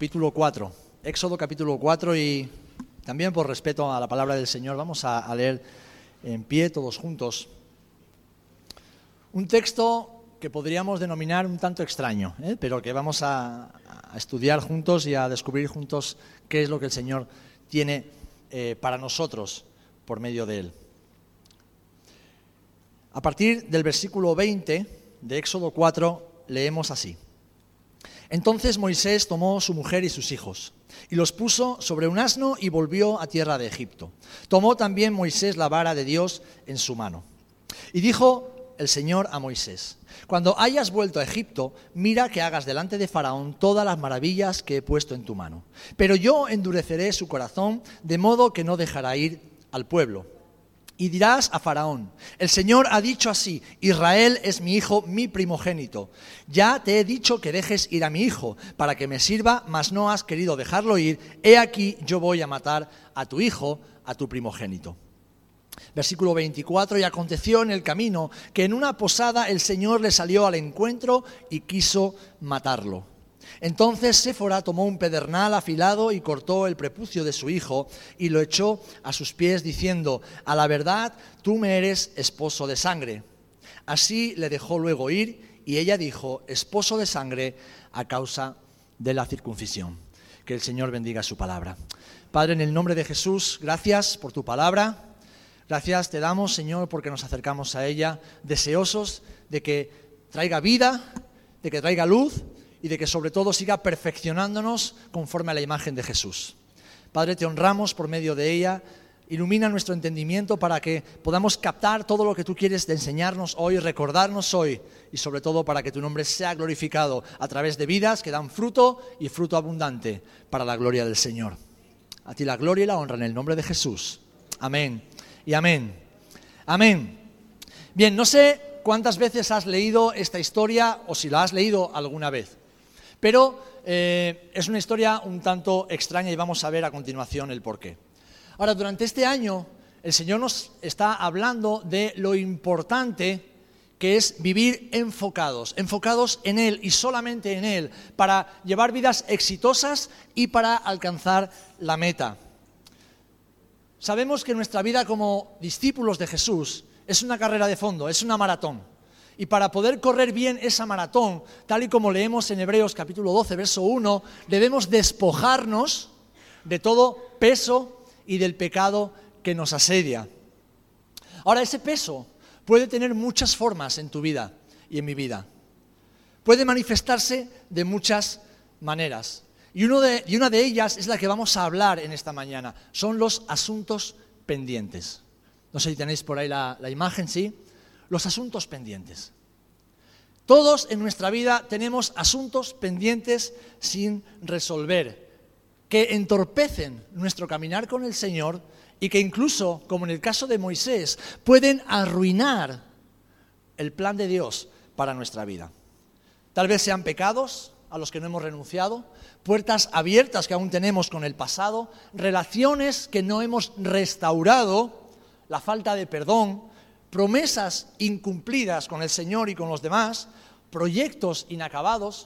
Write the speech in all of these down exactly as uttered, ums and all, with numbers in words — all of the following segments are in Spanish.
capítulo cuatro. Éxodo capítulo cuatro, y también por respeto a la palabra del Señor vamos a, a leer en pie todos juntos un texto que podríamos denominar un tanto extraño, ¿eh? pero que vamos a, a estudiar juntos y a descubrir juntos qué es lo que el Señor tiene eh, para nosotros por medio de él. A partir del versículo veinte de Éxodo cuatro leemos así: Entonces Moisés tomó su mujer y sus hijos, y los puso sobre un asno y volvió a tierra de Egipto. Tomó también Moisés la vara de Dios en su mano. Y dijo el Señor a Moisés: Cuando hayas vuelto a Egipto, mira que hagas delante de Faraón todas las maravillas que he puesto en tu mano. Pero yo endureceré su corazón, de modo que no dejará ir al pueblo. Y dirás a Faraón: el Señor ha dicho así: Israel es mi hijo, mi primogénito. Ya te he dicho que dejes ir a mi hijo, para que me sirva, mas no has querido dejarlo ir. He aquí, yo voy a matar a tu hijo, a tu primogénito. Versículo veinticuatro: Y aconteció en el camino que en una posada el Señor le salió al encuentro y quiso matarlo. Entonces Séfora tomó un pedernal afilado y cortó el prepucio de su hijo y lo echó a sus pies, diciendo: a la verdad, tú me eres esposo de sangre. Así le dejó luego ir, y ella dijo: esposo de sangre a causa de la circuncisión. Que el Señor bendiga su palabra. Padre, en el nombre de Jesús, gracias por tu palabra. Gracias te damos, Señor, porque nos acercamos a ella deseosos de que traiga vida, de que traiga luz, y de que sobre todo siga perfeccionándonos conforme a la imagen de Jesús. Padre, te honramos por medio de ella. Ilumina nuestro entendimiento para que podamos captar todo lo que tú quieres de enseñarnos hoy, recordarnos hoy, y sobre todo para que tu nombre sea glorificado a través de vidas que dan fruto y fruto abundante para la gloria del Señor. A ti la gloria y la honra en el nombre de Jesús. Amén y amén. Amén. Bien, no sé cuántas veces has leído esta historia o si la has leído alguna vez. Pero eh, es una historia un tanto extraña y vamos a ver a continuación el porqué. Ahora, durante este año, el Señor nos está hablando de lo importante que es vivir enfocados, enfocados en Él y solamente en Él, para llevar vidas exitosas y para alcanzar la meta. Sabemos que nuestra vida como discípulos de Jesús es una carrera de fondo, es una maratón. Y para poder correr bien esa maratón, tal y como leemos en Hebreos capítulo doce, verso uno, debemos despojarnos de todo peso y del pecado que nos asedia. Ahora, ese peso puede tener muchas formas en tu vida y en mi vida. Puede manifestarse de muchas maneras. Y, uno de, y una de ellas es la que vamos a hablar en esta mañana. Son los asuntos pendientes. No sé si tenéis por ahí la, la imagen, ¿sí? Los asuntos pendientes. Todos en nuestra vida tenemos asuntos pendientes sin resolver, que entorpecen nuestro caminar con el Señor y que incluso, como en el caso de Moisés, pueden arruinar el plan de Dios para nuestra vida. Tal vez sean pecados a los que no hemos renunciado, puertas abiertas que aún tenemos con el pasado, relaciones que no hemos restaurado, la falta de perdón, promesas incumplidas con el Señor y con los demás, proyectos inacabados,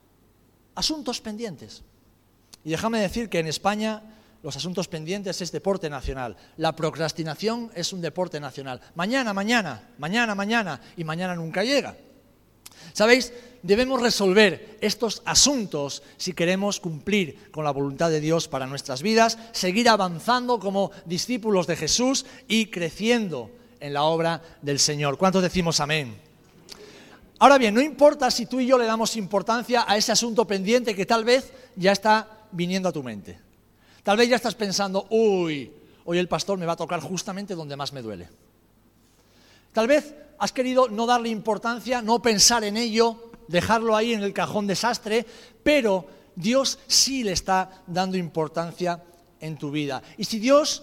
asuntos pendientes. Y déjame decir que en España los asuntos pendientes es deporte nacional. La procrastinación es un deporte nacional. Mañana, mañana, mañana, mañana, y mañana nunca llega. ¿Sabéis? Debemos resolver estos asuntos si queremos cumplir con la voluntad de Dios para nuestras vidas, seguir avanzando como discípulos de Jesús y creciendo en la obra del Señor. ¿Cuántos decimos amén? Ahora bien, no importa si tú y yo le damos importancia a ese asunto pendiente que tal vez ya está viniendo a tu mente. Tal vez ya estás pensando: uy, hoy el pastor me va a tocar justamente donde más me duele. Tal vez has querido no darle importancia, no pensar en ello, dejarlo ahí en el cajón desastre, pero Dios sí le está dando importancia en tu vida. Y si Dios,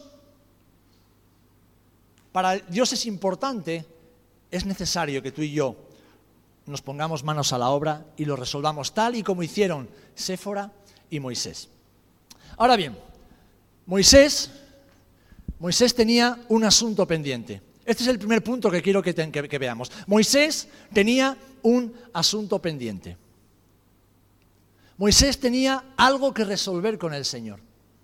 para Dios es importante, es necesario que tú y yo nos pongamos manos a la obra y lo resolvamos tal y como hicieron Séfora y Moisés. Ahora bien, Moisés, Moisés tenía un asunto pendiente. Este es el primer punto que quiero que, te, que, que veamos. Moisés tenía un asunto pendiente. Moisés tenía algo que resolver con el Señor.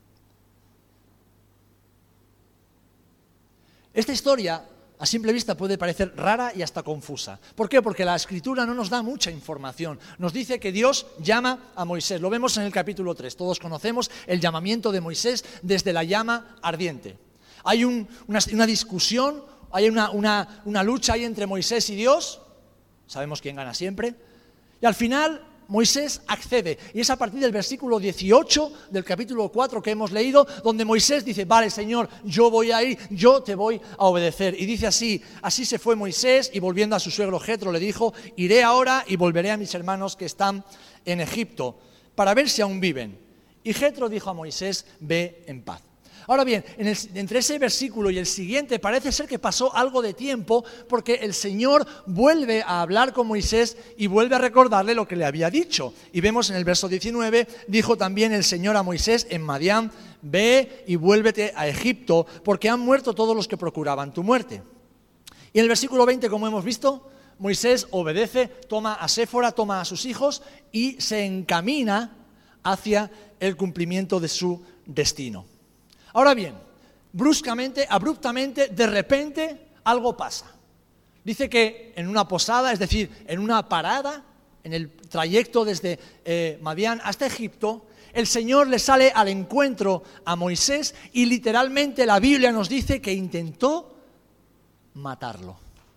Esta historia, a simple vista, puede parecer rara y hasta confusa. ¿Por qué? Porque la Escritura no nos da mucha información. Nos dice que Dios llama a Moisés. Lo vemos en el capítulo tres. Todos conocemos el llamamiento de Moisés desde la llama ardiente. Hay un, una, una discusión, hay una, una, una lucha ahí entre Moisés y Dios. Sabemos quién gana siempre. Y al final Moisés accede, y es a partir del versículo dieciocho del capítulo cuatro que hemos leído, donde Moisés dice: vale, Señor, yo voy a ir, yo te voy a obedecer. Y dice así: así se fue Moisés, y volviendo a su suegro Jetro le dijo: iré ahora y volveré a mis hermanos que están en Egipto, para ver si aún viven. Y Jetro dijo a Moisés: ve en paz. Ahora bien, en el, entre ese versículo y el siguiente parece ser que pasó algo de tiempo, porque el Señor vuelve a hablar con Moisés y vuelve a recordarle lo que le había dicho. Y vemos en el verso diecinueve: dijo también el Señor a Moisés en Madián: ve y vuélvete a Egipto, porque han muerto todos los que procuraban tu muerte. Y en el versículo veinte, como hemos visto, Moisés obedece, toma a Séfora, toma a sus hijos y se encamina hacia el cumplimiento de su destino. Ahora bien, bruscamente, abruptamente, de repente, algo pasa. Dice que en una posada, es decir, en una parada, en el trayecto desde eh, Madián hasta Egipto, el Señor le sale al encuentro a Moisés y literalmente la Biblia nos dice que intentó matarlo.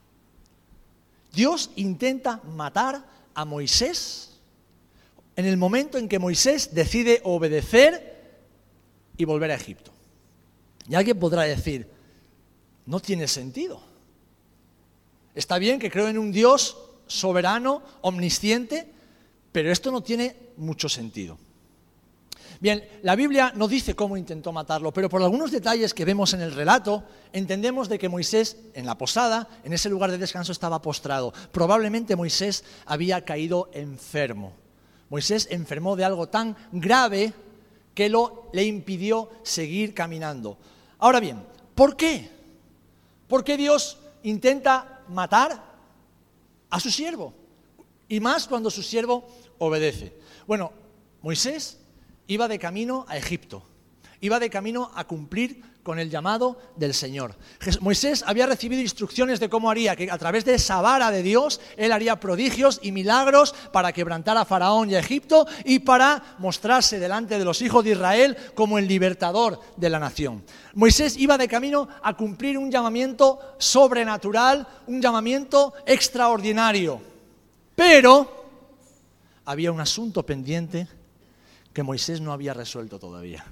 Dios intenta matar a Moisés en el momento en que Moisés decide obedecer y volver a Egipto. Y alguien podrá decir: no tiene sentido. Está bien que creo en un Dios soberano, omnisciente, pero esto no tiene mucho sentido. Bien, la Biblia no dice cómo intentó matarlo, pero por algunos detalles que vemos en el relato, entendemos de que Moisés, en la posada, en ese lugar de descanso, estaba postrado. Probablemente Moisés había caído enfermo. Moisés enfermó de algo tan grave que lo, le impidió seguir caminando. Ahora bien, ¿por qué? ¿Por qué Dios intenta matar a su siervo? Y más cuando su siervo obedece. Bueno, Moisés iba de camino a Egipto, iba de camino a cumplir con el llamado del Señor. Moisés había recibido instrucciones de cómo haría, que a través de esa vara de Dios, él haría prodigios y milagros para quebrantar a Faraón y a Egipto y para mostrarse delante de los hijos de Israel como el libertador de la nación. Moisés iba de camino a cumplir un llamamiento sobrenatural, un llamamiento extraordinario. Pero había un asunto pendiente que Moisés no había resuelto todavía.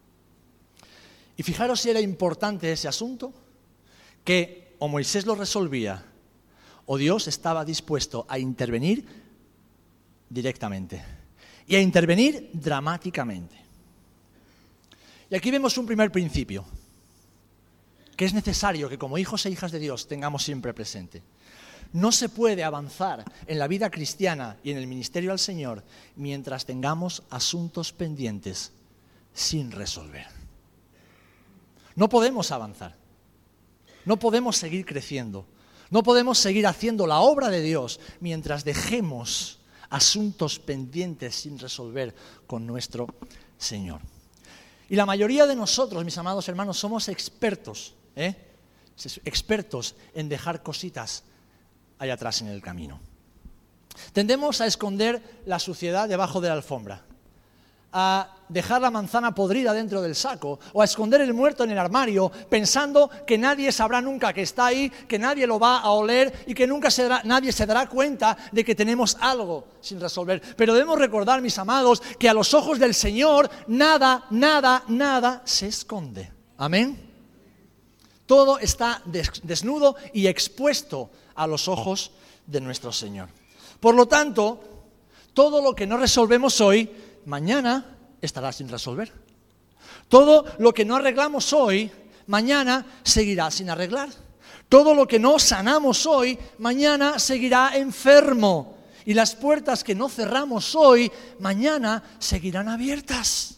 Y fijaros si era importante ese asunto, que o Moisés lo resolvía o Dios estaba dispuesto a intervenir directamente y a intervenir dramáticamente. Y aquí vemos un primer principio que es necesario que como hijos e hijas de Dios tengamos siempre presente. No se puede avanzar en la vida cristiana y en el ministerio al Señor mientras tengamos asuntos pendientes sin resolver. No podemos avanzar, no podemos seguir creciendo, no podemos seguir haciendo la obra de Dios mientras dejemos asuntos pendientes sin resolver con nuestro Señor. Y la mayoría de nosotros, mis amados hermanos, somos expertos, ¿eh? expertos en dejar cositas allá atrás en el camino. Tendemos a esconder la suciedad debajo de la alfombra, a dejar la manzana podrida dentro del saco o a esconder el muerto en el armario pensando que nadie sabrá nunca que está ahí, que nadie lo va a oler y que nunca se dará, nadie se dará cuenta de que tenemos algo sin resolver. Pero debemos recordar, mis amados, que a los ojos del Señor nada, nada, nada se esconde. Amén. Todo está desnudo y expuesto a los ojos de nuestro Señor. Por lo tanto, todo lo que no resolvemos hoy, mañana estará sin resolver. Todo lo que no arreglamos hoy, mañana seguirá sin arreglar. Todo lo que no sanamos hoy, mañana seguirá enfermo. Y las puertas que no cerramos hoy, mañana seguirán abiertas.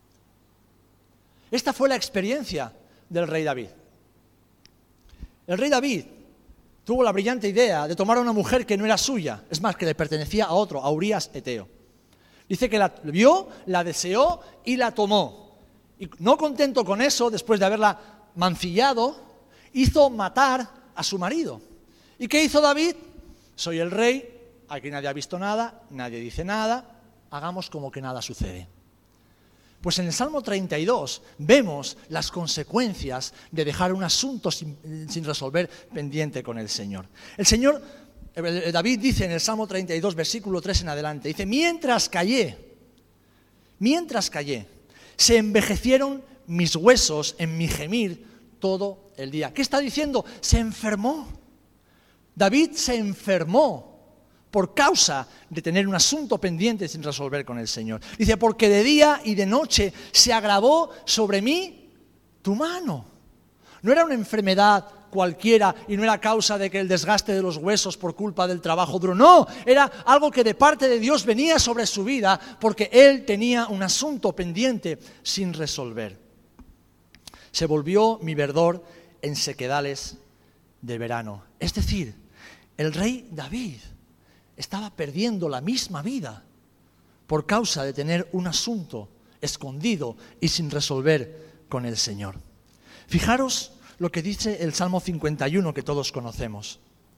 Esta fue la experiencia del rey David. El rey David tuvo la brillante idea de tomar a una mujer que no era suya, es más, que le pertenecía a otro, a Urías Eteo. Dice que la vio, la deseó y la tomó. Y no contento con eso, después de haberla mancillado, hizo matar a su marido. ¿Y qué hizo David? Soy el rey, aquí nadie ha visto nada, nadie dice nada, hagamos como que nada sucede. Pues en el Salmo treinta y dos vemos las consecuencias de dejar un asunto sin, sin resolver pendiente con el Señor. El Señor, David dice en el Salmo treinta y dos, versículo tres en adelante, dice, mientras callé, mientras callé, se envejecieron mis huesos en mi gemir todo el día. ¿Qué está diciendo? Se enfermó. David se enfermó por causa de tener un asunto pendiente sin resolver con el Señor. Dice, porque de día y de noche se agravó sobre mí tu mano. No era una enfermedad cualquiera y no era causa de que el desgaste de los huesos por culpa del trabajo duro. No, era algo que de parte de Dios venía sobre su vida porque él tenía un asunto pendiente sin resolver. Se volvió mi verdor en sequedales de verano. Es decir, el rey David estaba perdiendo la misma vida por causa de tener un asunto escondido y sin resolver con el Señor. Fijaros lo que dice el Salmo cincuenta y uno que todos conocemos.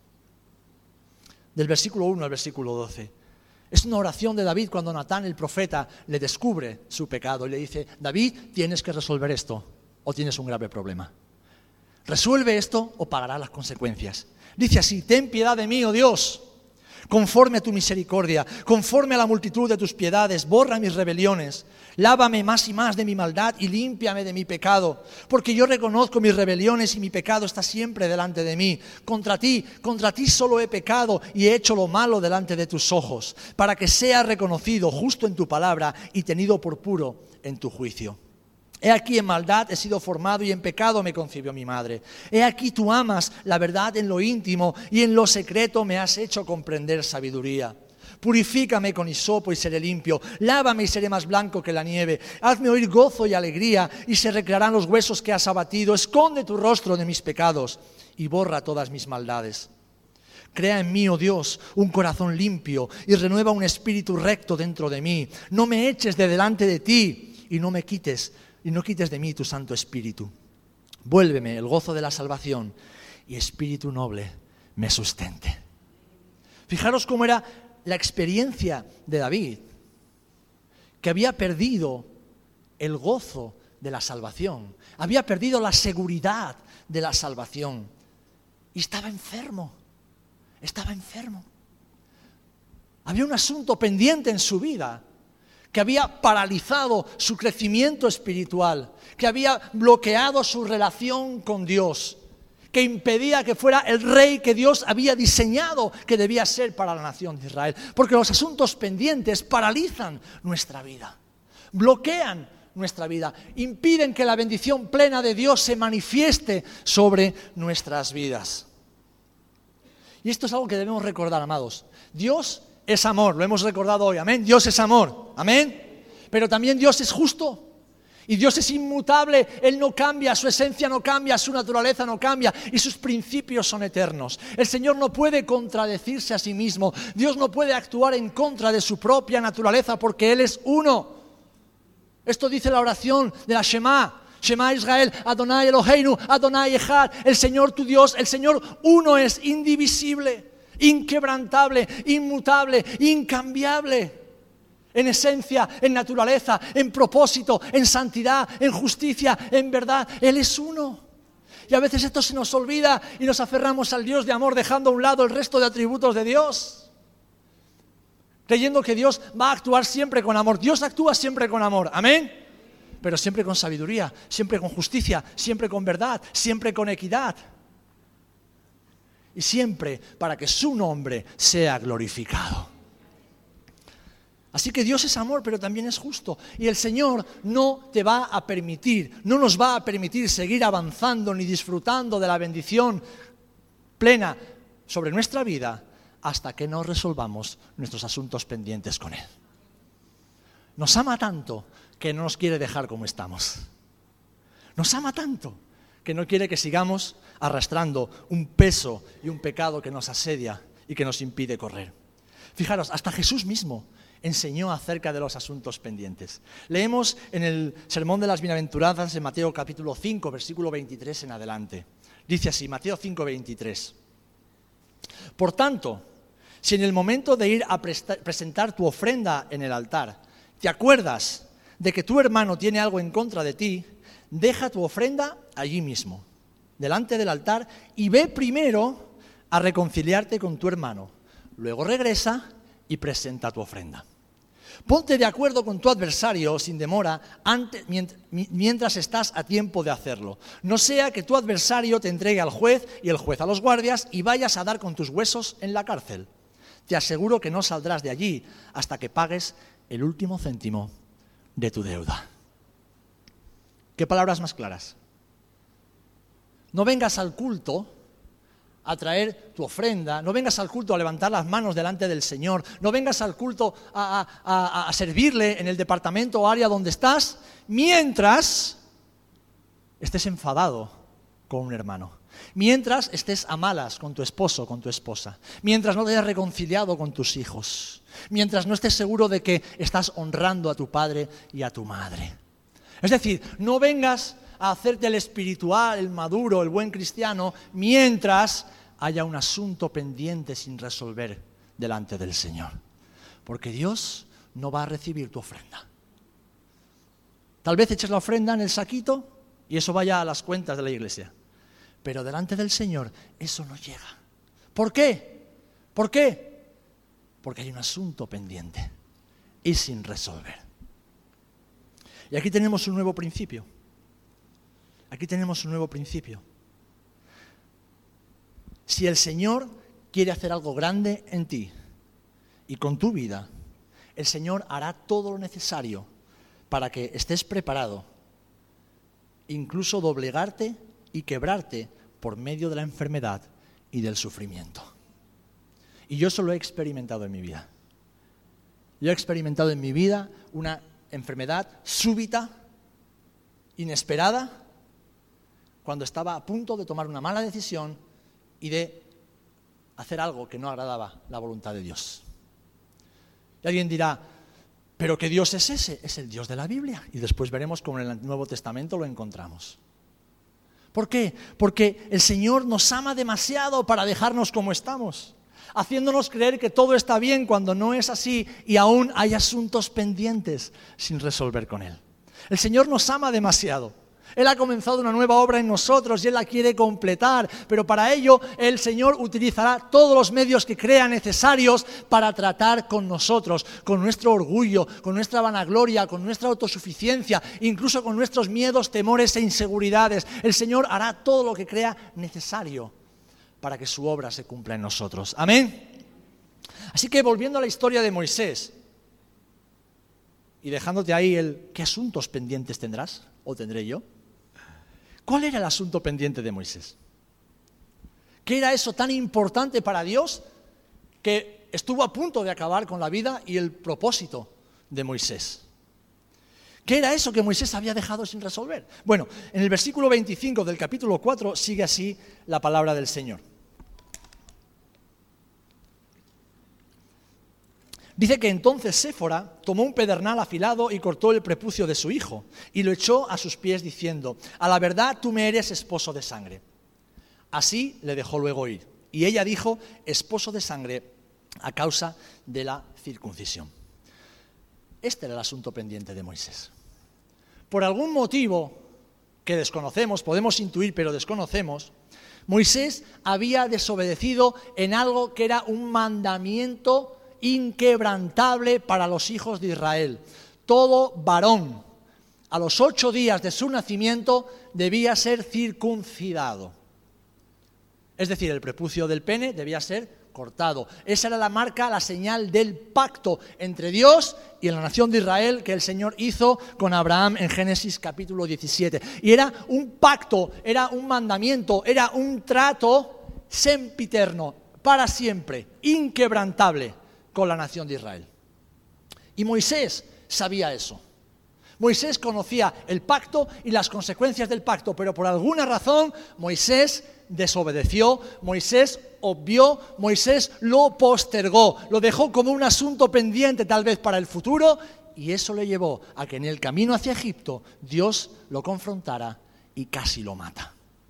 Del versículo uno al versículo doce. Es una oración de David cuando Natán, el profeta, le descubre su pecado y le dice, David, tienes que resolver esto o tienes un grave problema. Resuelve esto o pagarás las consecuencias. Dice así, ten piedad de mí, oh Dios, conforme a tu misericordia, conforme a la multitud de tus piedades, borra mis rebeliones, lávame más y más de mi maldad y límpiame de mi pecado, porque yo reconozco mis rebeliones y mi pecado está siempre delante de mí. Contra ti, contra ti solo he pecado y he hecho lo malo delante de tus ojos, para que sea reconocido justo en tu palabra y tenido por puro en tu juicio. He aquí en maldad he sido formado y en pecado me concibió mi madre. He aquí tú amas la verdad en lo íntimo y en lo secreto me has hecho comprender sabiduría. Purifícame con hisopo y seré limpio, lávame y seré más blanco que la nieve. Hazme oír gozo y alegría y se recrearán los huesos que has abatido. Esconde tu rostro de mis pecados y borra todas mis maldades. Crea en mí, oh Dios, un corazón limpio y renueva un espíritu recto dentro de mí. No me eches de delante de ti y no me quites y no quites de mí tu Santo Espíritu. Vuélveme el gozo de la salvación y espíritu noble me sustente. Fijaros cómo era la experiencia de David, que había perdido el gozo de la salvación, había perdido la seguridad de la salvación y estaba enfermo, estaba enfermo. Había un asunto pendiente en su vida que había paralizado su crecimiento espiritual, que había bloqueado su relación con Dios, que impedía que fuera el rey que Dios había diseñado que debía ser para la nación de Israel. Porque los asuntos pendientes paralizan nuestra vida, bloquean nuestra vida, impiden que la bendición plena de Dios se manifieste sobre nuestras vidas. Y esto es algo que debemos recordar, amados. Dios es amor, lo hemos recordado hoy, amén. Dios es amor, amén. Pero también Dios es justo. Y Dios es inmutable, Él no cambia, su esencia no cambia, su naturaleza no cambia y sus principios son eternos. El Señor no puede contradecirse a sí mismo, Dios no puede actuar en contra de su propia naturaleza porque Él es uno. Esto dice la oración de la Shema, Shema Israel, Adonai Eloheinu, Adonai Echad, el Señor tu Dios, el Señor uno es, indivisible, inquebrantable, inmutable, incambiable. En esencia, en naturaleza, en propósito, en santidad, en justicia, en verdad. Él es uno. Y a veces esto se nos olvida y nos aferramos al Dios de amor dejando a un lado el resto de atributos de Dios. Creyendo que Dios va a actuar siempre con amor. Dios actúa siempre con amor. Amén. Pero siempre con sabiduría, siempre con justicia, siempre con verdad, siempre con equidad. Y siempre para que su nombre sea glorificado. Así que Dios es amor, pero también es justo. Y el Señor no te va a permitir, no nos va a permitir seguir avanzando ni disfrutando de la bendición plena sobre nuestra vida hasta que no resolvamos nuestros asuntos pendientes con Él. Nos ama tanto que no nos quiere dejar como estamos. Nos ama tanto que no quiere que sigamos arrastrando un peso y un pecado que nos asedia y que nos impide correr. Fijaros, hasta Jesús mismo, enseñó acerca de los asuntos pendientes. Leemos en el Sermón de las Bienaventuranzas en Mateo capítulo cinco, versículo veintitrés en adelante. Dice así, Mateo cinco, veintitrés. Por tanto, si en el momento de ir a prestar, presentar tu ofrenda en el altar, te acuerdas de que tu hermano tiene algo en contra de ti, deja tu ofrenda allí mismo, delante del altar, y ve primero a reconciliarte con tu hermano. Luego regresa y presenta tu ofrenda. Ponte de acuerdo con tu adversario sin demora antes, mientras estás a tiempo de hacerlo. No sea que tu adversario te entregue al juez y el juez a los guardias y vayas a dar con tus huesos en la cárcel. Te aseguro que no saldrás de allí hasta que pagues el último céntimo de tu deuda. ¿Qué palabras más claras? No vengas al culto a traer tu ofrenda, no vengas al culto a levantar las manos delante del Señor, no vengas al culto a, a, a, a servirle en el departamento o área donde estás, mientras estés enfadado con un hermano, mientras estés a malas con tu esposo, con tu esposa, mientras no te hayas reconciliado con tus hijos, mientras no estés seguro de que estás honrando a tu padre y a tu madre. Es decir, no vengas a hacerte el espiritual, el maduro, el buen cristiano, mientras haya un asunto pendiente sin resolver delante del Señor. Porque Dios no va a recibir tu ofrenda. Tal vez eches la ofrenda en el saquito y eso vaya a las cuentas de la iglesia. Pero delante del Señor eso no llega. ¿Por qué? ¿Por qué? Porque hay un asunto pendiente y sin resolver. Y aquí tenemos un nuevo principio. Aquí tenemos un nuevo principio. Si el Señor quiere hacer algo grande en ti y con tu vida, el Señor hará todo lo necesario para que estés preparado, incluso doblegarte y quebrarte por medio de la enfermedad y del sufrimiento. Y yo eso lo he experimentado en mi vida. Yo he experimentado en mi vida una enfermedad súbita, inesperada, cuando estaba a punto de tomar una mala decisión y de hacer algo que no agradaba la voluntad de Dios. Y alguien dirá, ¿pero qué Dios es ese? Es el Dios de la Biblia. Y después veremos cómo en el Nuevo Testamento lo encontramos. ¿Por qué? Porque el Señor nos ama demasiado para dejarnos como estamos, haciéndonos creer que todo está bien cuando no es así y aún hay asuntos pendientes sin resolver con Él. El Señor nos ama demasiado. Él ha comenzado una nueva obra en nosotros y Él la quiere completar, pero para ello el Señor utilizará todos los medios que crea necesarios para tratar con nosotros, con nuestro orgullo, con nuestra vanagloria, con nuestra autosuficiencia, incluso con nuestros miedos, temores e inseguridades. El Señor hará todo lo que crea necesario para que su obra se cumpla en nosotros. Amén. Así que volviendo a la historia de Moisés y dejándote ahí el ¿qué asuntos pendientes tendrás o tendré yo? ¿Cuál era el asunto pendiente de Moisés? ¿Qué era eso tan importante para Dios que estuvo a punto de acabar con la vida y el propósito de Moisés? ¿Qué era eso que Moisés había dejado sin resolver? Bueno, en el versículo veinticinco del capítulo cuatro sigue así la palabra del Señor. Dice que entonces Séfora tomó un pedernal afilado y cortó el prepucio de su hijo y lo echó a sus pies diciendo, a la verdad tú me eres esposo de sangre. Así le dejó luego ir. Y ella dijo, esposo de sangre a causa de la circuncisión. Este era el asunto pendiente de Moisés. Por algún motivo que desconocemos, podemos intuir pero desconocemos, Moisés había desobedecido en algo que era un mandamiento inquebrantable para los hijos de Israel. Todo varón a los ocho días de su nacimiento debía ser circuncidado. Es decir, el prepucio del pene debía ser cortado. Esa era la marca, la señal del pacto entre Dios y la nación de Israel que el Señor hizo con Abraham en Génesis capítulo diecisiete. Y era un pacto, era un mandamiento, era un trato sempiterno, para siempre, inquebrantable con la nación de Israel. Y Moisés sabía eso. Moisés conocía el pacto y las consecuencias del pacto, pero por alguna razón Moisés desobedeció, Moisés obvió, Moisés lo postergó, lo dejó como un asunto pendiente tal vez para el futuro, y eso le llevó a que en el camino hacia Egipto Dios lo confrontara y casi lo mata.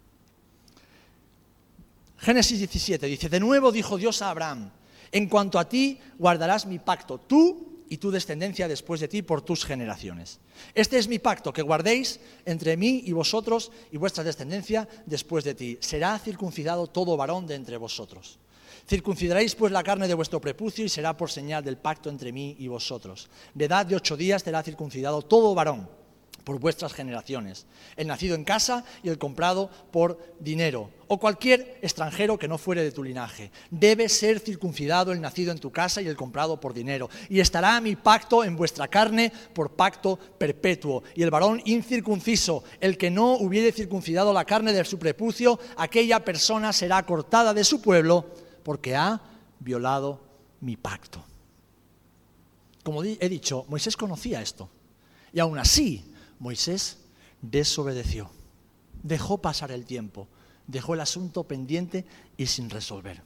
Génesis diecisiete dice, de nuevo dijo Dios a Abraham, en cuanto a ti guardarás mi pacto, tú y tu descendencia después de ti por tus generaciones. Este es mi pacto, que guardéis entre mí y vosotros y vuestra descendencia después de ti. Será circuncidado todo varón de entre vosotros. Circuncidaréis pues la carne de vuestro prepucio y será por señal del pacto entre mí y vosotros. De edad de ocho días será circuncidado todo varón por vuestras generaciones, el nacido en casa y el comprado por dinero, o cualquier extranjero que no fuere de tu linaje. Debe ser circuncidado el nacido en tu casa y el comprado por dinero, y estará mi pacto en vuestra carne por pacto perpetuo. Y el varón incircunciso, el que no hubiere circuncidado la carne de su prepucio, aquella persona será cortada de su pueblo, porque ha violado mi pacto. Como he dicho, Moisés conocía esto, y aún así, Moisés desobedeció, dejó pasar el tiempo, dejó el asunto pendiente y sin resolver.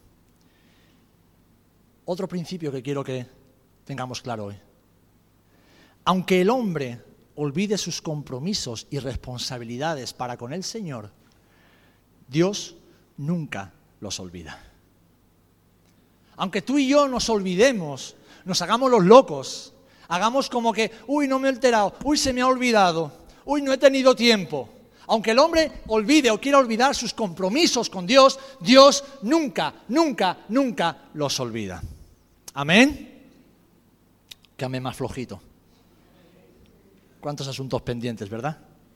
Otro principio que quiero que tengamos claro hoy. Aunque el hombre olvide sus compromisos y responsabilidades para con el Señor, Dios nunca los olvida. Aunque tú y yo nos olvidemos, nos hagamos los locos, hagamos como que, uy, no me he enterado, uy, se me ha olvidado, uy, no he tenido tiempo. Aunque el hombre olvide o quiera olvidar sus compromisos con Dios, Dios nunca, nunca, nunca los olvida. ¿Amén? Que amén más flojito. ¿Cuántos asuntos pendientes, verdad?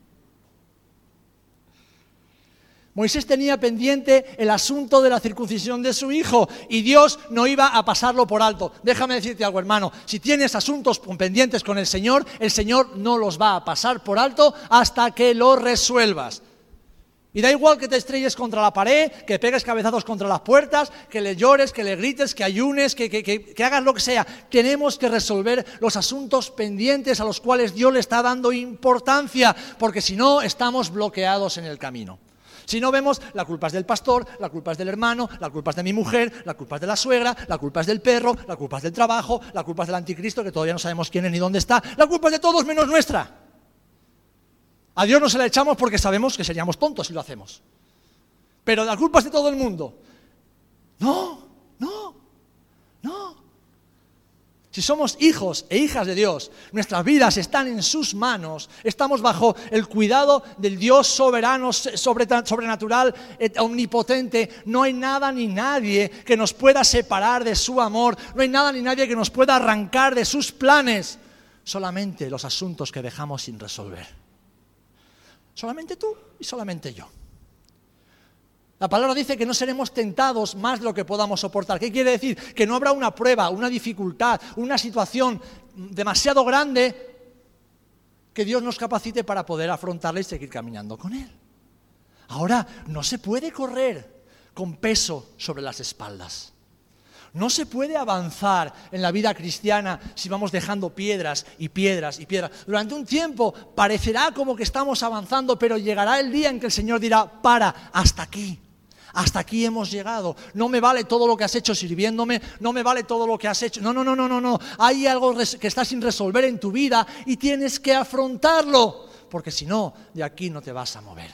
Moisés tenía pendiente el asunto de la circuncisión de su hijo y Dios no iba a pasarlo por alto. Déjame decirte algo, hermano, si tienes asuntos pendientes con el Señor, el Señor no los va a pasar por alto hasta que los resuelvas. Y da igual que te estrelles contra la pared, que pegues cabezazos contra las puertas, que le llores, que le grites, que ayunes, que, que, que, que hagas lo que sea. Tenemos que resolver los asuntos pendientes a los cuales Dios le está dando importancia, porque si no, estamos bloqueados en el camino. Si no vemos, la culpa es del pastor, la culpa es del hermano, la culpa es de mi mujer, la culpa es de la suegra, la culpa es del perro, la culpa es del trabajo, la culpa es del anticristo, que todavía no sabemos quién es ni dónde está, la culpa es de todos menos nuestra. A Dios no se la echamos porque sabemos que seríamos tontos si lo hacemos. Pero la culpa es de todo el mundo. No, no, no. Si somos hijos e hijas de Dios, nuestras vidas están en sus manos, estamos bajo el cuidado del Dios soberano, sobrenatural, omnipotente. No hay nada ni nadie que nos pueda separar de su amor, no hay nada ni nadie que nos pueda arrancar de sus planes, solamente los asuntos que dejamos sin resolver. Solamente tú y solamente yo. La palabra dice que no seremos tentados más de lo que podamos soportar. ¿Qué quiere decir? Que no habrá una prueba, una dificultad, una situación demasiado grande que Dios nos capacite para poder afrontarla y seguir caminando con Él. Ahora, no se puede correr con peso sobre las espaldas. No se puede avanzar en la vida cristiana si vamos dejando piedras y piedras y piedras. Durante un tiempo parecerá como que estamos avanzando, pero llegará el día en que el Señor dirá, para, hasta aquí. Hasta aquí hemos llegado. No me vale todo lo que has hecho sirviéndome, no me vale todo lo que has hecho. No, no, no, no, no, no. Hay algo que está sin resolver en tu vida y tienes que afrontarlo, porque si no, de aquí no te vas a mover.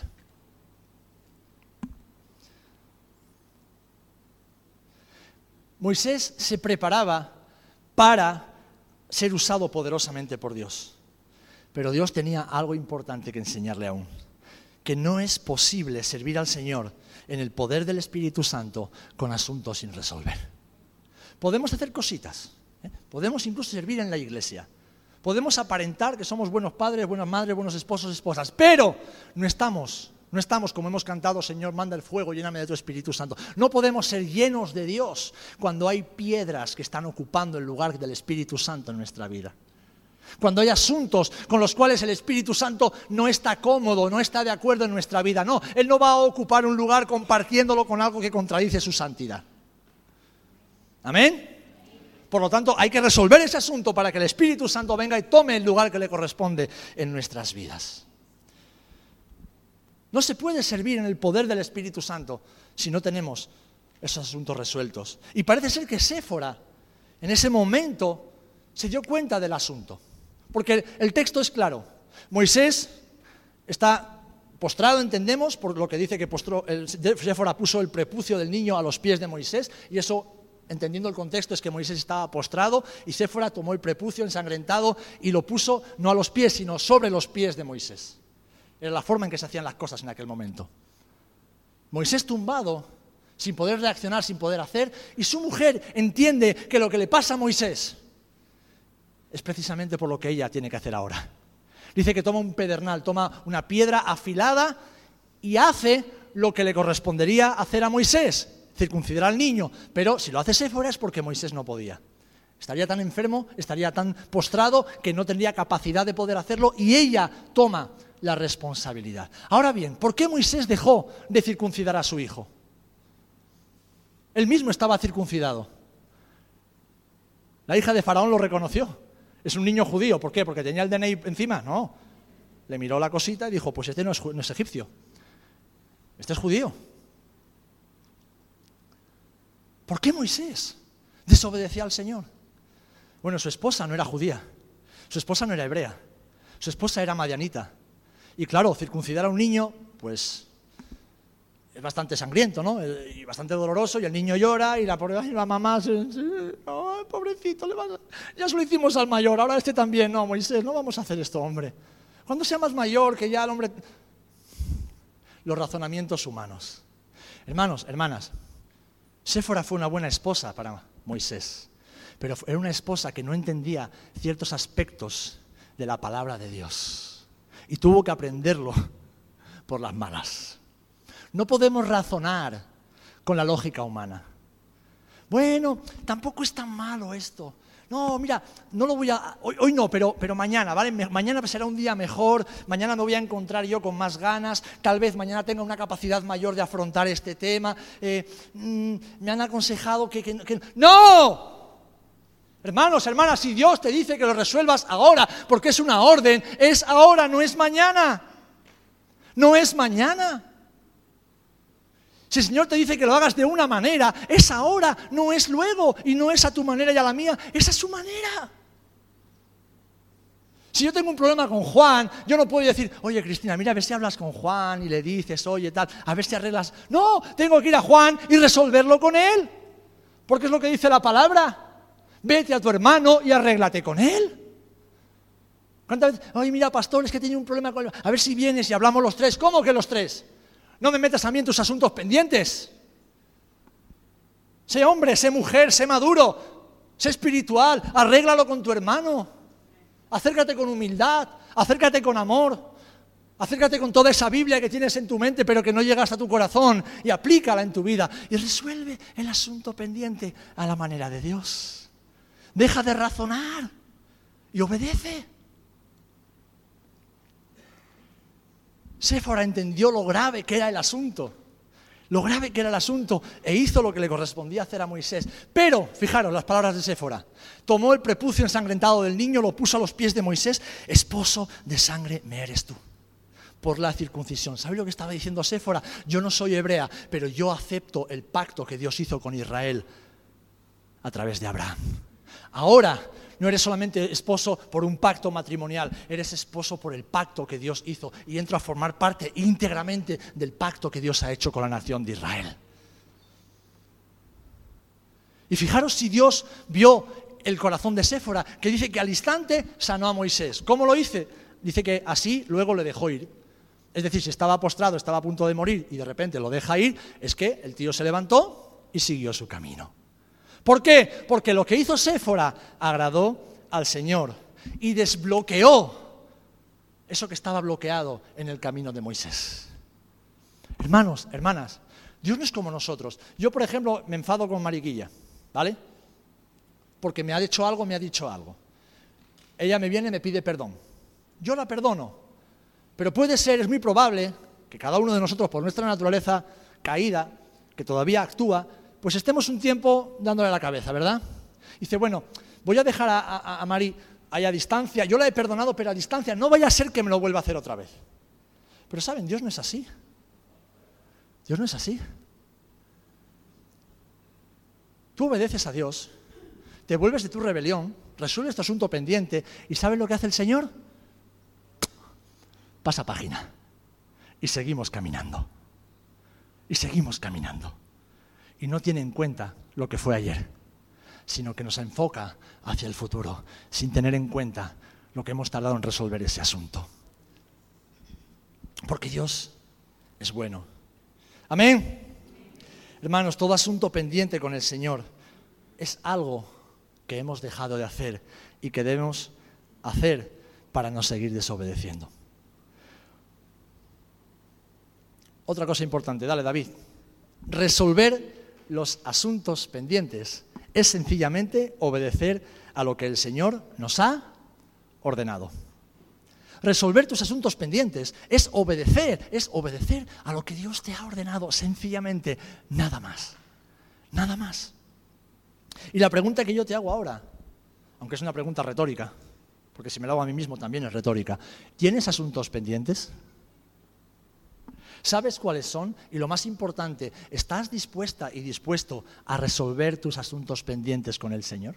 Moisés se preparaba para ser usado poderosamente por Dios, pero Dios tenía algo importante que enseñarle aún, que no es posible servir al Señor en el poder del Espíritu Santo con asuntos sin resolver. Podemos hacer cositas, ¿eh? Podemos incluso servir en la iglesia, podemos aparentar que somos buenos padres, buenas madres, buenos esposos, esposas, pero no estamos, no estamos como hemos cantado, Señor, manda el fuego, lléname de tu Espíritu Santo. No podemos ser llenos de Dios cuando hay piedras que están ocupando el lugar del Espíritu Santo en nuestra vida. Cuando hay asuntos con los cuales el Espíritu Santo no está cómodo, no está de acuerdo en nuestra vida. No, Él no va a ocupar un lugar compartiéndolo con algo que contradice su santidad. ¿Amén? Por lo tanto, hay que resolver ese asunto para que el Espíritu Santo venga y tome el lugar que le corresponde en nuestras vidas. No se puede servir en el poder del Espíritu Santo si no tenemos esos asuntos resueltos. Y parece ser que Séfora, en ese momento, se dio cuenta del asunto. Porque el texto es claro. Moisés está postrado, entendemos, por lo que dice que postró, el, Séfora puso el prepucio del niño a los pies de Moisés, y eso, entendiendo el contexto, es que Moisés estaba postrado, y Séfora tomó el prepucio ensangrentado y lo puso no a los pies, sino sobre los pies de Moisés. Era la forma en que se hacían las cosas en aquel momento. Moisés tumbado, sin poder reaccionar, sin poder hacer, y su mujer entiende que lo que le pasa a Moisés es precisamente por lo que ella tiene que hacer ahora. Dice que toma un pedernal, toma una piedra afilada y hace lo que le correspondería hacer a Moisés, circuncidar al niño. Pero si lo hace Séfora es porque Moisés no podía. Estaría tan enfermo, estaría tan postrado que no tendría capacidad de poder hacerlo y ella toma la responsabilidad. Ahora bien, ¿por qué Moisés dejó de circuncidar a su hijo? Él mismo estaba circuncidado. La hija de Faraón lo reconoció. Es un niño judío. ¿Por qué? ¿Porque tenía el D N I encima? No. Le miró la cosita y dijo, pues este no es, no es egipcio. Este es judío. ¿Por qué Moisés desobedecía al Señor? Bueno, su esposa no era judía. Su esposa no era hebrea. Su esposa era madianita. Y claro, circuncidar a un niño, pues es bastante sangriento, ¿no? Y bastante doloroso, y el niño llora, y la, y la mamá se... se oh, pobrecito, le va a... ya se lo hicimos al mayor, ahora este también. No, Moisés, no vamos a hacer esto, hombre. Cuando sea más mayor, que ya el hombre... Los razonamientos humanos. Hermanos, hermanas, Séfora fue una buena esposa para Moisés, pero era una esposa que no entendía ciertos aspectos de la palabra de Dios, y tuvo que aprenderlo por las malas. No podemos razonar con la lógica humana. Bueno, tampoco es tan malo esto. No, mira, no lo voy a... Hoy, hoy no, pero, pero mañana, ¿vale? Mañana será un día mejor, mañana me voy a encontrar yo con más ganas, tal vez mañana tenga una capacidad mayor de afrontar este tema. Eh, mmm, me han aconsejado que, que, que... ¡No! Hermanos, hermanas, si Dios te dice que lo resuelvas ahora, porque es una orden, es ahora, no es mañana. No es mañana. Si el Señor te dice que lo hagas de una manera, es ahora, no es luego, y no es a tu manera y a la mía, es a su manera. Si yo tengo un problema con Juan, yo no puedo decir, oye Cristina, mira a ver si hablas con Juan y le dices, oye tal, a ver si arreglas. No, tengo que ir a Juan y resolverlo con él, porque es lo que dice la palabra. Vete a tu hermano y arréglate con él. ¿Cuántas veces? Oye, mira, pastor, es que tengo un problema con él. A ver si vienes y hablamos los tres. ¿Cómo que los tres? No me metas a mí en tus asuntos pendientes. Sé hombre, sé mujer, sé maduro, sé espiritual, arréglalo con tu hermano. Acércate con humildad, acércate con amor, acércate con toda esa Biblia que tienes en tu mente pero que no llega hasta tu corazón y aplícala en tu vida y resuelve el asunto pendiente a la manera de Dios. Deja de razonar y obedece. Séfora entendió lo grave que era el asunto, lo grave que era el asunto, e hizo lo que le correspondía hacer a Moisés. Pero, fijaros las palabras de Séfora, tomó el prepucio ensangrentado del niño, lo puso a los pies de Moisés, esposo de sangre me eres tú, por la circuncisión. ¿Sabéis lo que estaba diciendo Séfora? Yo no soy hebrea, pero yo acepto el pacto que Dios hizo con Israel a través de Abraham. Ahora no eres solamente esposo por un pacto matrimonial, eres esposo por el pacto que Dios hizo y entro a formar parte íntegramente del pacto que Dios ha hecho con la nación de Israel. Y fijaros si Dios vio el corazón de Séfora, que dice que al instante sanó a Moisés. ¿Cómo lo hice? Dice que así luego le dejó ir. Es decir, si estaba postrado, estaba a punto de morir y de repente lo deja ir, es que el tío se levantó y siguió su camino. ¿Por qué? Porque lo que hizo Séfora agradó al Señor y desbloqueó eso que estaba bloqueado en el camino de Moisés. Hermanos, hermanas, Dios no es como nosotros. Yo, por ejemplo, me enfado con Mariquilla, ¿vale? Porque me ha dicho algo, me ha dicho algo. Ella me viene y me pide perdón. Yo la perdono, pero puede ser, es muy probable, que cada uno de nosotros, por nuestra naturaleza caída, que todavía actúa, pues estemos un tiempo dándole la cabeza, ¿verdad? Dice, bueno, voy a dejar a, a, a Mari ahí a distancia, yo la he perdonado, pero a distancia, no vaya a ser que me lo vuelva a hacer otra vez. Pero ¿saben? Dios no es así. Dios no es así. Tú obedeces a Dios, te vuelves de tu rebelión, resuelves tu asunto pendiente y ¿sabes lo que hace el Señor? Pasa página y seguimos caminando. Y seguimos caminando. Y no tiene en cuenta lo que fue ayer, sino que nos enfoca hacia el futuro, sin tener en cuenta lo que hemos tardado en resolver ese asunto. Porque Dios es bueno. Amén. Hermanos, todo asunto pendiente con el Señor es algo que hemos dejado de hacer y que debemos hacer para no seguir desobedeciendo. Otra cosa importante, dale David. Resolver los asuntos pendientes es sencillamente obedecer a lo que el Señor nos ha ordenado. Resolver tus asuntos pendientes es obedecer, es obedecer a lo que Dios te ha ordenado, sencillamente, nada más, nada más. Y la pregunta que yo te hago ahora, aunque es una pregunta retórica, porque si me la hago a mí mismo también es retórica, ¿tienes asuntos pendientes? ¿Sabes cuáles son? Y lo más importante, ¿estás dispuesta y dispuesto a resolver tus asuntos pendientes con el Señor?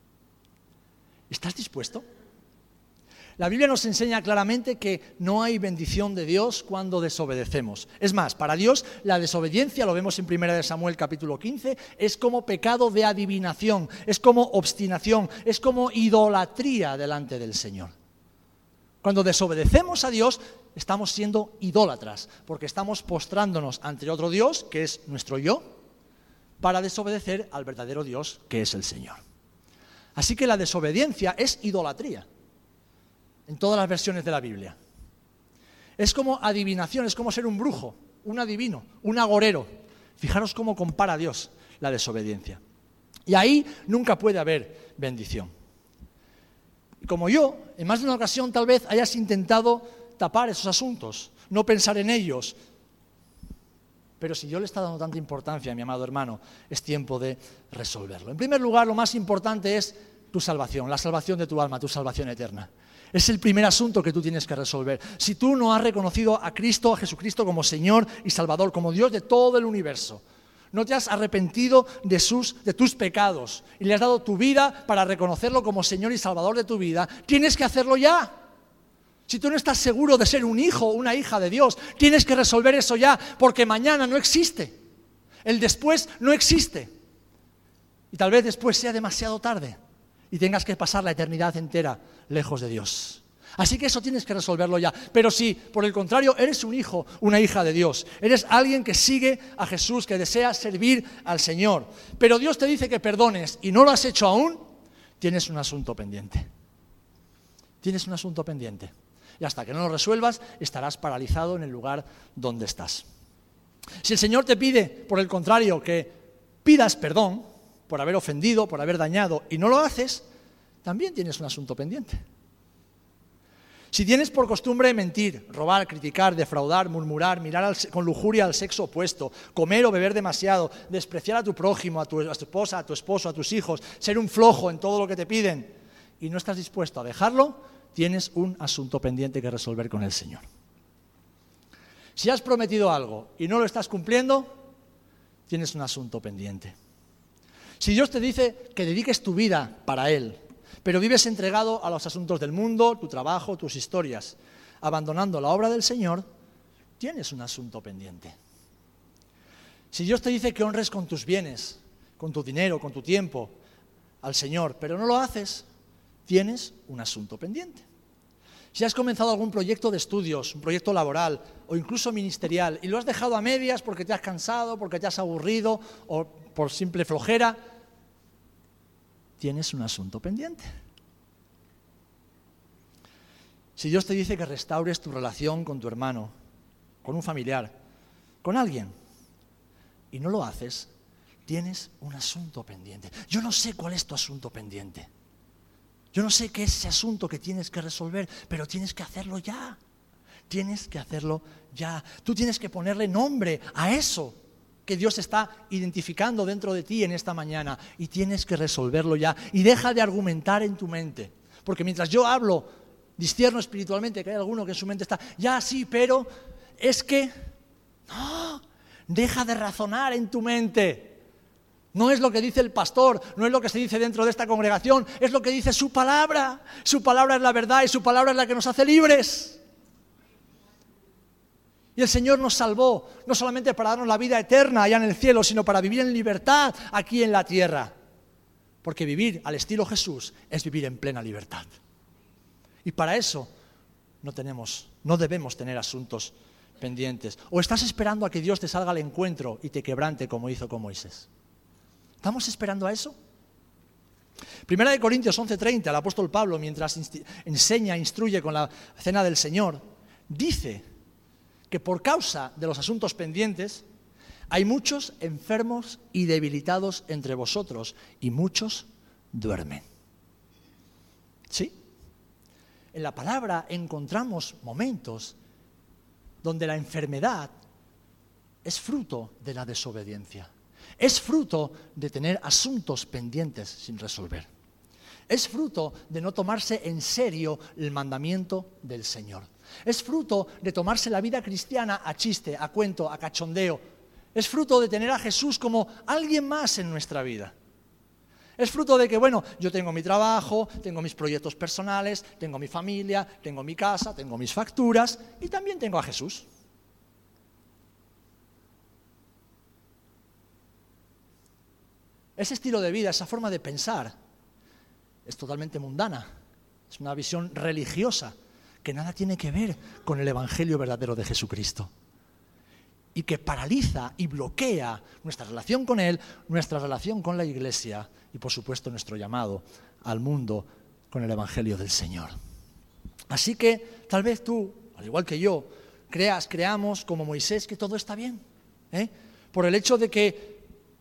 ¿Estás dispuesto? La Biblia nos enseña claramente que no hay bendición de Dios cuando desobedecemos. Es más, para Dios la desobediencia, lo vemos en primera de Samuel capítulo quince, es como pecado de adivinación, es como obstinación, es como idolatría delante del Señor. Cuando desobedecemos a Dios, estamos siendo idólatras, porque estamos postrándonos ante otro Dios, que es nuestro yo, para desobedecer al verdadero Dios, que es el Señor. Así que la desobediencia es idolatría, en todas las versiones de la Biblia. Es como adivinación, es como ser un brujo, un adivino, un agorero. Fijaros cómo compara Dios la desobediencia. Y ahí nunca puede haber bendición. Como yo, en más de una ocasión tal vez hayas intentado tapar esos asuntos, no pensar en ellos. Pero si yo le está dando tanta importancia a mi amado hermano, es tiempo de resolverlo. En primer lugar, lo más importante es tu salvación, la salvación de tu alma, tu salvación eterna. Es el primer asunto que tú tienes que resolver. Si tú no has reconocido a Cristo, a Jesucristo como Señor y Salvador, como Dios de todo el universo, no te has arrepentido de, sus, de tus pecados y le has dado tu vida para reconocerlo como Señor y Salvador de tu vida, tienes que hacerlo ya. Si tú no estás seguro de ser un hijo o una hija de Dios, tienes que resolver eso ya, porque mañana no existe. El después no existe. Y tal vez después sea demasiado tarde y tengas que pasar la eternidad entera lejos de Dios. Así que eso tienes que resolverlo ya. Pero si, por el contrario, eres un hijo, una hija de Dios, eres alguien que sigue a Jesús, que desea servir al Señor, pero Dios te dice que perdones y no lo has hecho aún, tienes un asunto pendiente. Tienes un asunto pendiente. Y hasta que no lo resuelvas, estarás paralizado en el lugar donde estás. Si el Señor te pide, por el contrario, que pidas perdón por haber ofendido, por haber dañado, y no lo haces, también tienes un asunto pendiente. Si tienes por costumbre mentir, robar, criticar, defraudar, murmurar, mirar al, con lujuria al sexo opuesto, comer o beber demasiado, despreciar a tu prójimo, a tu, a tu esposa, a tu esposo, a tus hijos, ser un flojo en todo lo que te piden, y no estás dispuesto a dejarlo, tienes un asunto pendiente que resolver con el Señor. Si has prometido algo y no lo estás cumpliendo, tienes un asunto pendiente. Si Dios te dice que dediques tu vida para Él, pero vives entregado a los asuntos del mundo, tu trabajo, tus historias, abandonando la obra del Señor, tienes un asunto pendiente. Si Dios te dice que honres con tus bienes, con tu dinero, con tu tiempo, al Señor, pero no lo haces, tienes un asunto pendiente. Si has comenzado algún proyecto de estudios, un proyecto laboral o incluso ministerial y lo has dejado a medias porque te has cansado, porque te has aburrido o por simple flojera, tienes un asunto pendiente. Si Dios te dice que restaures tu relación con tu hermano, con un familiar, con alguien, y no lo haces, tienes un asunto pendiente. Yo no sé cuál es tu asunto pendiente. Yo no sé qué es ese asunto que tienes que resolver, pero tienes que hacerlo ya. Tienes que hacerlo ya. Tú tienes que ponerle nombre a eso que Dios está identificando dentro de ti en esta mañana y tienes que resolverlo ya. Y deja de argumentar en tu mente, porque mientras yo hablo, discierno espiritualmente, que hay alguno que en su mente está, ya sí, pero es que, no, deja de razonar en tu mente. No es lo que dice el pastor, no es lo que se dice dentro de esta congregación, es lo que dice su palabra. Su palabra es la verdad y su palabra es la que nos hace libres. Y el Señor nos salvó, no solamente para darnos la vida eterna allá en el cielo, sino para vivir en libertad aquí en la tierra. Porque vivir al estilo Jesús es vivir en plena libertad. Y para eso no tenemos, no debemos tener asuntos pendientes. O estás esperando a que Dios te salga al encuentro y te quebrante como hizo con Moisés. ¿Estamos esperando a eso? Primera de Corintios once treinta, el apóstol Pablo, mientras inst- enseña, instruye con la cena del Señor, dice que por causa de los asuntos pendientes hay muchos enfermos y debilitados entre vosotros y muchos duermen. ¿Sí? En la palabra encontramos momentos donde la enfermedad es fruto de la desobediencia. Es fruto de tener asuntos pendientes sin resolver. Es fruto de no tomarse en serio el mandamiento del Señor. Es fruto de tomarse la vida cristiana a chiste, a cuento, a cachondeo. Es fruto de tener a Jesús como alguien más en nuestra vida. Es fruto de que, bueno, yo tengo mi trabajo, tengo mis proyectos personales, tengo mi familia, tengo mi casa, tengo mis facturas y también tengo a Jesús. Ese estilo de vida, esa forma de pensar, es totalmente mundana. Es una visión religiosa que nada tiene que ver con el evangelio verdadero de Jesucristo. Y que paraliza y bloquea nuestra relación con Él, nuestra relación con la Iglesia y, por supuesto, nuestro llamado al mundo con el evangelio del Señor. Así que, tal vez tú, al igual que yo, creas, creamos como Moisés que todo está bien, ¿eh? Por el hecho de que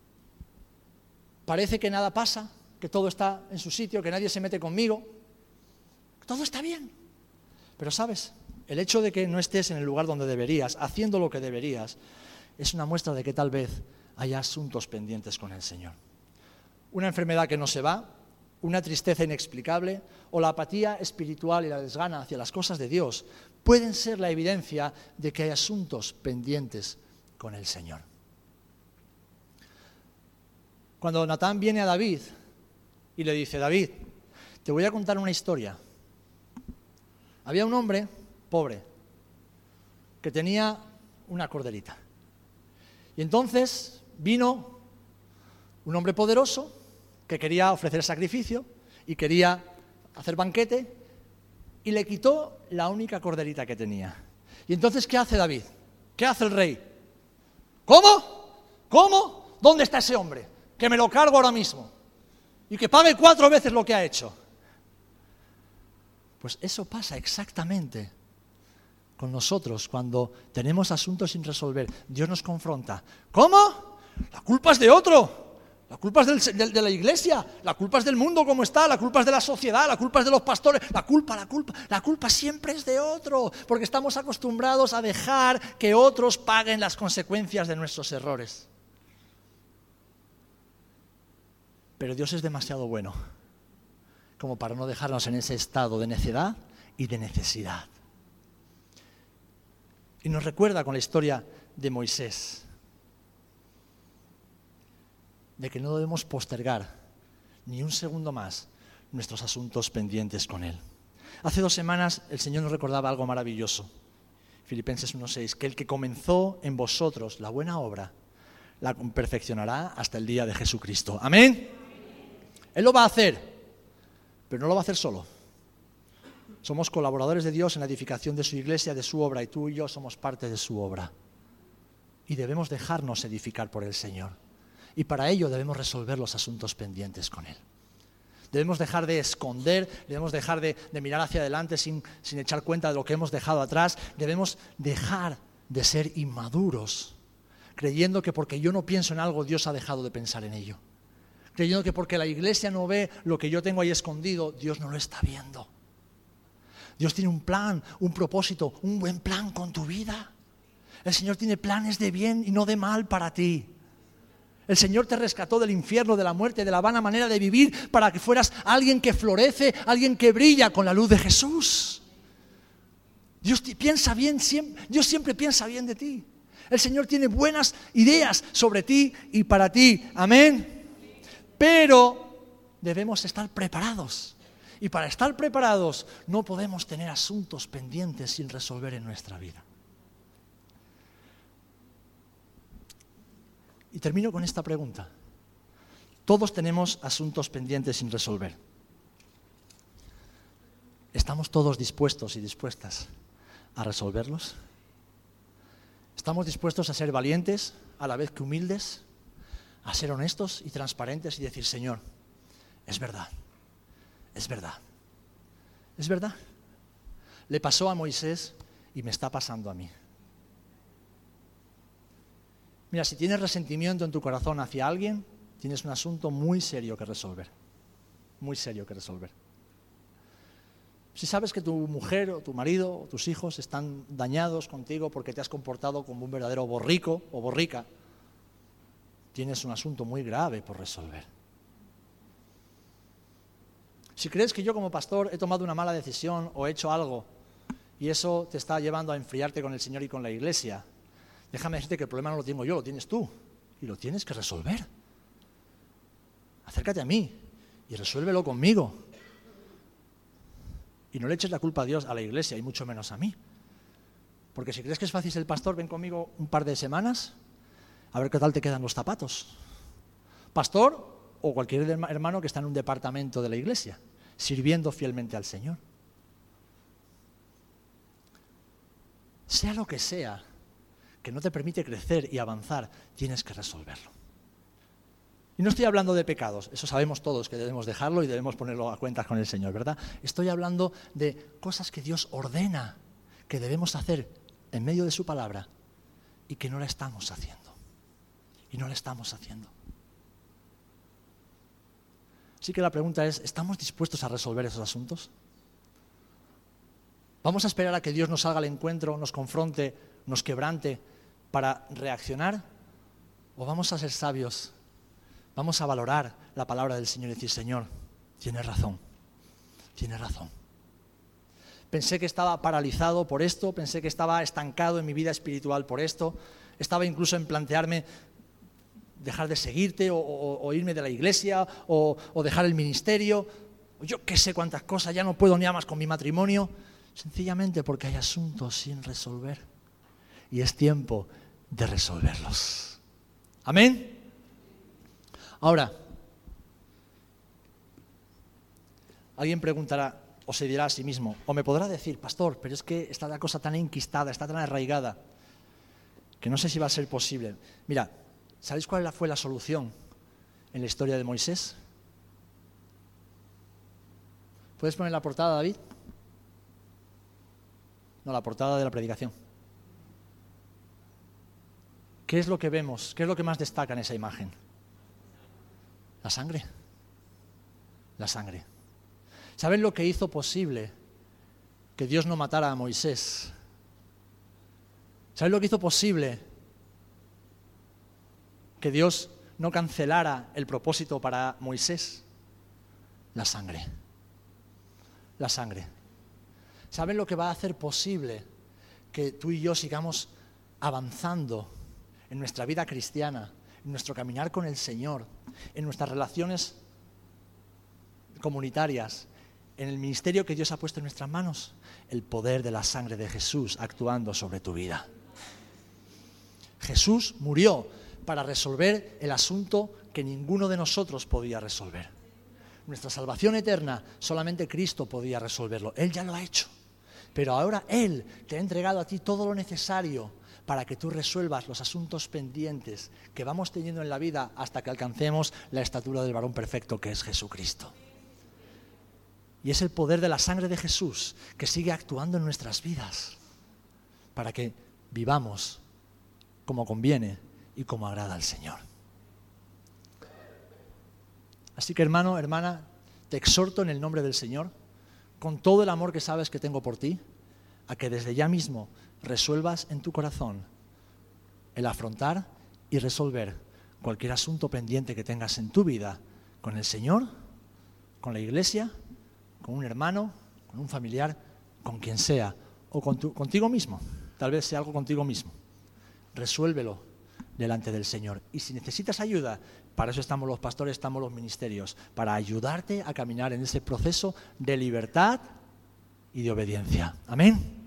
parece que nada pasa, que todo está en su sitio, que nadie se mete conmigo. Todo está bien. Pero, ¿sabes? El hecho de que no estés en el lugar donde deberías, haciendo lo que deberías, es una muestra de que tal vez haya asuntos pendientes con el Señor. Una enfermedad que no se va, una tristeza inexplicable o la apatía espiritual y la desgana hacia las cosas de Dios pueden ser la evidencia de que hay asuntos pendientes con el Señor. Cuando Natán viene a David y le dice: David, te voy a contar una historia. Había un hombre pobre que tenía una corderita. Y entonces vino un hombre poderoso que quería ofrecer sacrificio y quería hacer banquete y le quitó la única corderita que tenía. Y entonces, ¿qué hace David? ¿Qué hace el rey? ¿Cómo? ¿Cómo? ¿Dónde está ese hombre? Que me lo cargo ahora mismo y que pague cuatro veces lo que ha hecho. Pues eso pasa exactamente con nosotros cuando tenemos asuntos sin resolver. Dios nos confronta. ¿Cómo? La culpa es de otro. La culpa es del, de, de la iglesia. La culpa es del mundo como está. La culpa es de la sociedad. La culpa es de los pastores. La culpa, la culpa. La culpa siempre es de otro. Porque estamos acostumbrados a dejar que otros paguen las consecuencias de nuestros errores. Pero Dios es demasiado bueno como para no dejarnos en ese estado de necedad y de necesidad. Y nos recuerda con la historia de Moisés, de que no debemos postergar ni un segundo más nuestros asuntos pendientes con Él. Hace dos semanas el Señor nos recordaba algo maravilloso. Filipenses uno seis, que el que comenzó en vosotros la buena obra, la perfeccionará hasta el día de Jesucristo. ¿Amén? Él lo va a hacer, pero no lo va a hacer solo. Somos colaboradores de Dios en la edificación de su iglesia, de su obra, y tú y yo somos parte de su obra. Y debemos dejarnos edificar por el Señor. Y para ello debemos resolver los asuntos pendientes con Él. Debemos dejar de esconder, debemos dejar de, de mirar hacia adelante sin, sin echar cuenta de lo que hemos dejado atrás. Debemos dejar de ser inmaduros, creyendo que porque yo no pienso en algo, Dios ha dejado de pensar en ello. Creyendo que porque la iglesia no ve lo que yo tengo ahí escondido, Dios no lo está viendo. Dios tiene un plan, un propósito, un buen plan con tu vida. El Señor tiene planes de bien y no de mal para ti. El Señor te rescató del infierno, de la muerte, de la vana manera de vivir para que fueras alguien que florece, alguien que brilla con la luz de Jesús. Dios piensa bien, siempre, Dios siempre piensa bien de ti. El Señor tiene buenas ideas sobre ti y para ti. Amén. Pero debemos estar preparados. Y para estar preparados no podemos tener asuntos pendientes sin resolver en nuestra vida. Y termino con esta pregunta. Todos tenemos asuntos pendientes sin resolver. ¿Estamos todos dispuestos y dispuestas a resolverlos? ¿Estamos dispuestos a ser valientes, a la vez que humildes, a ser honestos y transparentes y decir, Señor, es verdad, es verdad, es verdad? Le pasó a Moisés y me está pasando a mí. Mira, si tienes resentimiento en tu corazón hacia alguien, tienes un asunto muy serio que resolver, muy serio que resolver. Si sabes que tu mujer o tu marido o tus hijos están dañados contigo porque te has comportado como un verdadero borrico o borrica, tienes un asunto muy grave por resolver. Si crees que yo como pastor he tomado una mala decisión o he hecho algo y eso te está llevando a enfriarte con el Señor y con la Iglesia, déjame decirte que el problema no lo tengo yo, lo tienes tú y lo tienes que resolver. Acércate a mí y resuélvelo conmigo. Y no le eches la culpa a Dios, a la Iglesia y mucho menos a mí. Porque si crees que es fácil ser pastor, ven conmigo un par de semanas a ver qué tal te quedan los zapatos. Pastor o cualquier hermano que está en un departamento de la Iglesia, sirviendo fielmente al Señor. Sea lo que sea que no te permite crecer y avanzar, tienes que resolverlo. Y no estoy hablando de pecados, eso sabemos todos que debemos dejarlo y debemos ponerlo a cuentas con el Señor, ¿verdad? Estoy hablando de cosas que Dios ordena, que debemos hacer en medio de su palabra y que no la estamos haciendo. Y no la estamos haciendo. Así que la pregunta es, ¿estamos dispuestos a resolver esos asuntos? ¿Vamos a esperar a que Dios nos salga al encuentro, nos confronte, nos quebrante para reaccionar? ¿O vamos a ser sabios? Vamos a valorar la palabra del Señor y decir, Señor, tienes razón, tienes razón. Pensé que estaba paralizado por esto, pensé que estaba estancado en mi vida espiritual por esto, estaba incluso en plantearme dejar de seguirte o, o, o irme de la iglesia o, o dejar el ministerio, yo qué sé cuántas cosas, ya no puedo ni más con mi matrimonio, sencillamente porque hay asuntos sin resolver y es tiempo de resolverlos. ¿Amén? Ahora, alguien preguntará o se dirá a sí mismo, o me podrá decir, pastor, pero es que está la cosa tan enquistada, está tan arraigada, que no sé si va a ser posible. Mira, ¿sabéis cuál fue la solución en la historia de Moisés? ¿Puedes poner la portada, David? No, la portada de la predicación. ¿Qué es lo que vemos? ¿Qué es lo que más destaca en esa imagen? La sangre. La sangre. ¿Saben lo que hizo posible que Dios no matara a Moisés? ¿Saben lo que hizo posible que Dios no cancelara el propósito para Moisés? La sangre. La sangre. ¿Saben lo que va a hacer posible que tú y yo sigamos avanzando en nuestra vida cristiana, en nuestro caminar con el Señor, en nuestras relaciones comunitarias, en el ministerio que Dios ha puesto en nuestras manos? El poder de la sangre de Jesús actuando sobre tu vida. Jesús murió para resolver el asunto que ninguno de nosotros podía resolver. Nuestra salvación eterna, solamente Cristo podía resolverlo. Él ya lo ha hecho. Pero ahora Él te ha entregado a ti todo lo necesario para que tú resuelvas los asuntos pendientes que vamos teniendo en la vida hasta que alcancemos la estatura del varón perfecto que es Jesucristo. Y es el poder de la sangre de Jesús que sigue actuando en nuestras vidas para que vivamos como conviene y como agrada al Señor. Así que, hermano, hermana, te exhorto en el nombre del Señor, con todo el amor que sabes que tengo por ti, a que desde ya mismo resuelvas en tu corazón el afrontar y resolver cualquier asunto pendiente que tengas en tu vida con el Señor, con la iglesia, con un hermano, con un familiar, con quien sea, o con tu, contigo mismo. Tal vez sea algo contigo mismo. Resuélvelo delante del Señor. Y si necesitas ayuda, para eso estamos los pastores, estamos los ministerios, para ayudarte a caminar en ese proceso de libertad y de obediencia. Amén.